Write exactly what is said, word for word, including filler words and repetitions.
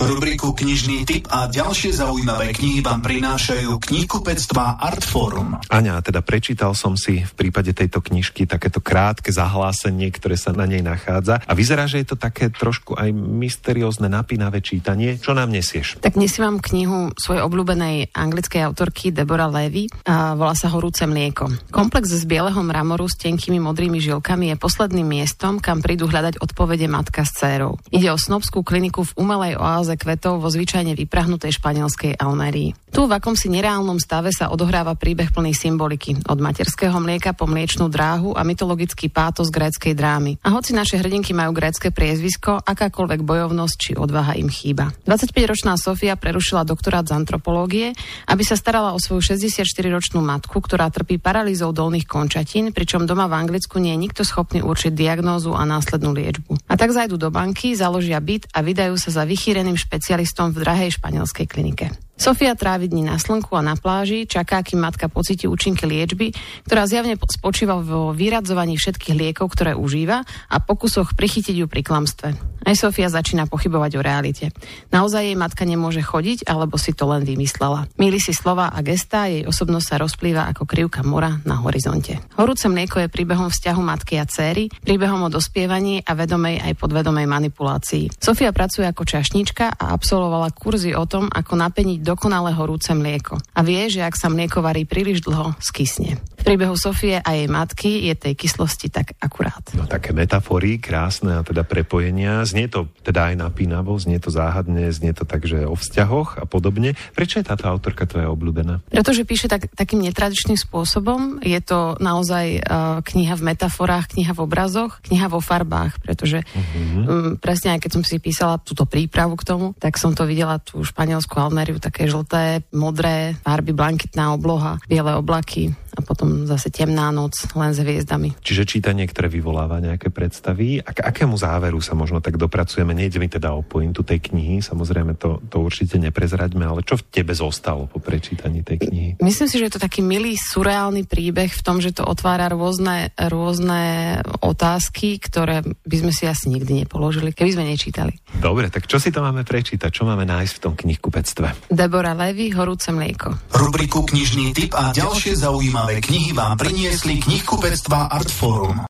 Rubriku Knižný tip a ďalšie zaujímavé knihy vám prinášajú knihkupectvá Artforum. Aňa, teda prečítal som si v prípade tejto knižky takéto krátke zahlásenie, ktoré sa na nej nachádza. A vyzerá, že je to také trošku aj mysteriózne, napínavé čítanie. Čo nám nesieš? Tak nesiem vám knihu svojej obľúbenej anglickej autorky Deborah Levy a volá sa Horúce mlieko. Komplex z bieleho mramoru s tenkými modrými žilkami je posledným miestom, kam prídu hľadať odpovede matka s dcérou. Ide o snobskú kliniku v umelej oáze kvetov vo zvyčajne vyprahnutej španielskej Almérii. Tu v akomsi nereálnom stave sa odohráva príbeh plný symboliky, od materského mlieka po mliečnú dráhu a mytologický pátos gréckej drámy. A hoci naše hrdinky majú grécke priezvisko, akákoľvek bojovnosť či odvaha im chýba. dvadsaťpäťročná Sofia prerušila doktorát z antropológie, aby sa starala o svoju šesťdesiatštyriročnú matku, ktorá trpí paralýzou dolných končatín, pričom doma v Anglicku nie je nikto schopný určiť diagnózu a následnú liečbu. A tak zajdu do banky, založia byt a vydajú sa za vychýreným špecialistom v drahej španielskej klinike. Sofia trávi dni na slnku a na pláži, čaká, kým matka pocíti účinky liečby, ktorá zjavne spočíva vo vyradzovaní všetkých liekov, ktoré užíva a pokusoch prichytiť ju pri klamstve. Aj Sofia začína pochybovať o realite. Naozaj jej matka nemôže chodiť, alebo si to len vymyslela. Mýli si slova a gestá, jej osobnosť sa rozplýva ako krivka mora na horizonte. Horúce mlieko je príbehom vzťahu matky a céry, príbehom o dospievaní a vedomej aj podvedomej manipulácii. Sofia pracuje ako čašnička a absolvovala kurzy o tom, ako napeniť dokonale horúce mlieko. A vie, že ak sa mlieko varí príliš dlho, skysne. V príbehu Sofie a jej matky je tej kyslosti tak akurát. No také metafory, krásne a teda prepojenia. Znie to teda aj napínavo, znie to záhadne, znie to tak, že o vzťahoch a podobne. Prečo je táto autorka tvoja obľúbená? Pretože píše tak, takým netradičným spôsobom. Je to naozaj uh, kniha v metaforách, kniha v obrazoch, kniha vo farbách, pretože uh-huh. um, presne aj keď som si písala túto prípravu k tomu, tak som to videla tú španielskú Almériu, také žlté, modré farby, blankitná obloha, biele oblaky a potom zase temná noc len s hviezdami. Čiže čítanie, ktoré vyvoláva nejaké predstavy. A k akému záveru sa možno tak dopracujeme? Nejde mi teda o pointu tej knihy, samozrejme to, to určite neprezraďme, ale čo v tebe zostalo po prečítaní tej knihy? Myslím si, že je to taký milý, surreálny príbeh v tom, že to otvára rôzne, rôzne otázky, ktoré by sme si asi nikdy nepoložili, keby sme nečítali. Dobre, tak čo si to máme prečítať? Čo máme nájsť v tom knihkupectve? Deborah Levy, Horúce mlieko. Rubriku Knižný tip a ďalšie zaujímavé knihy vám priniesli knihkupectvá Artforum.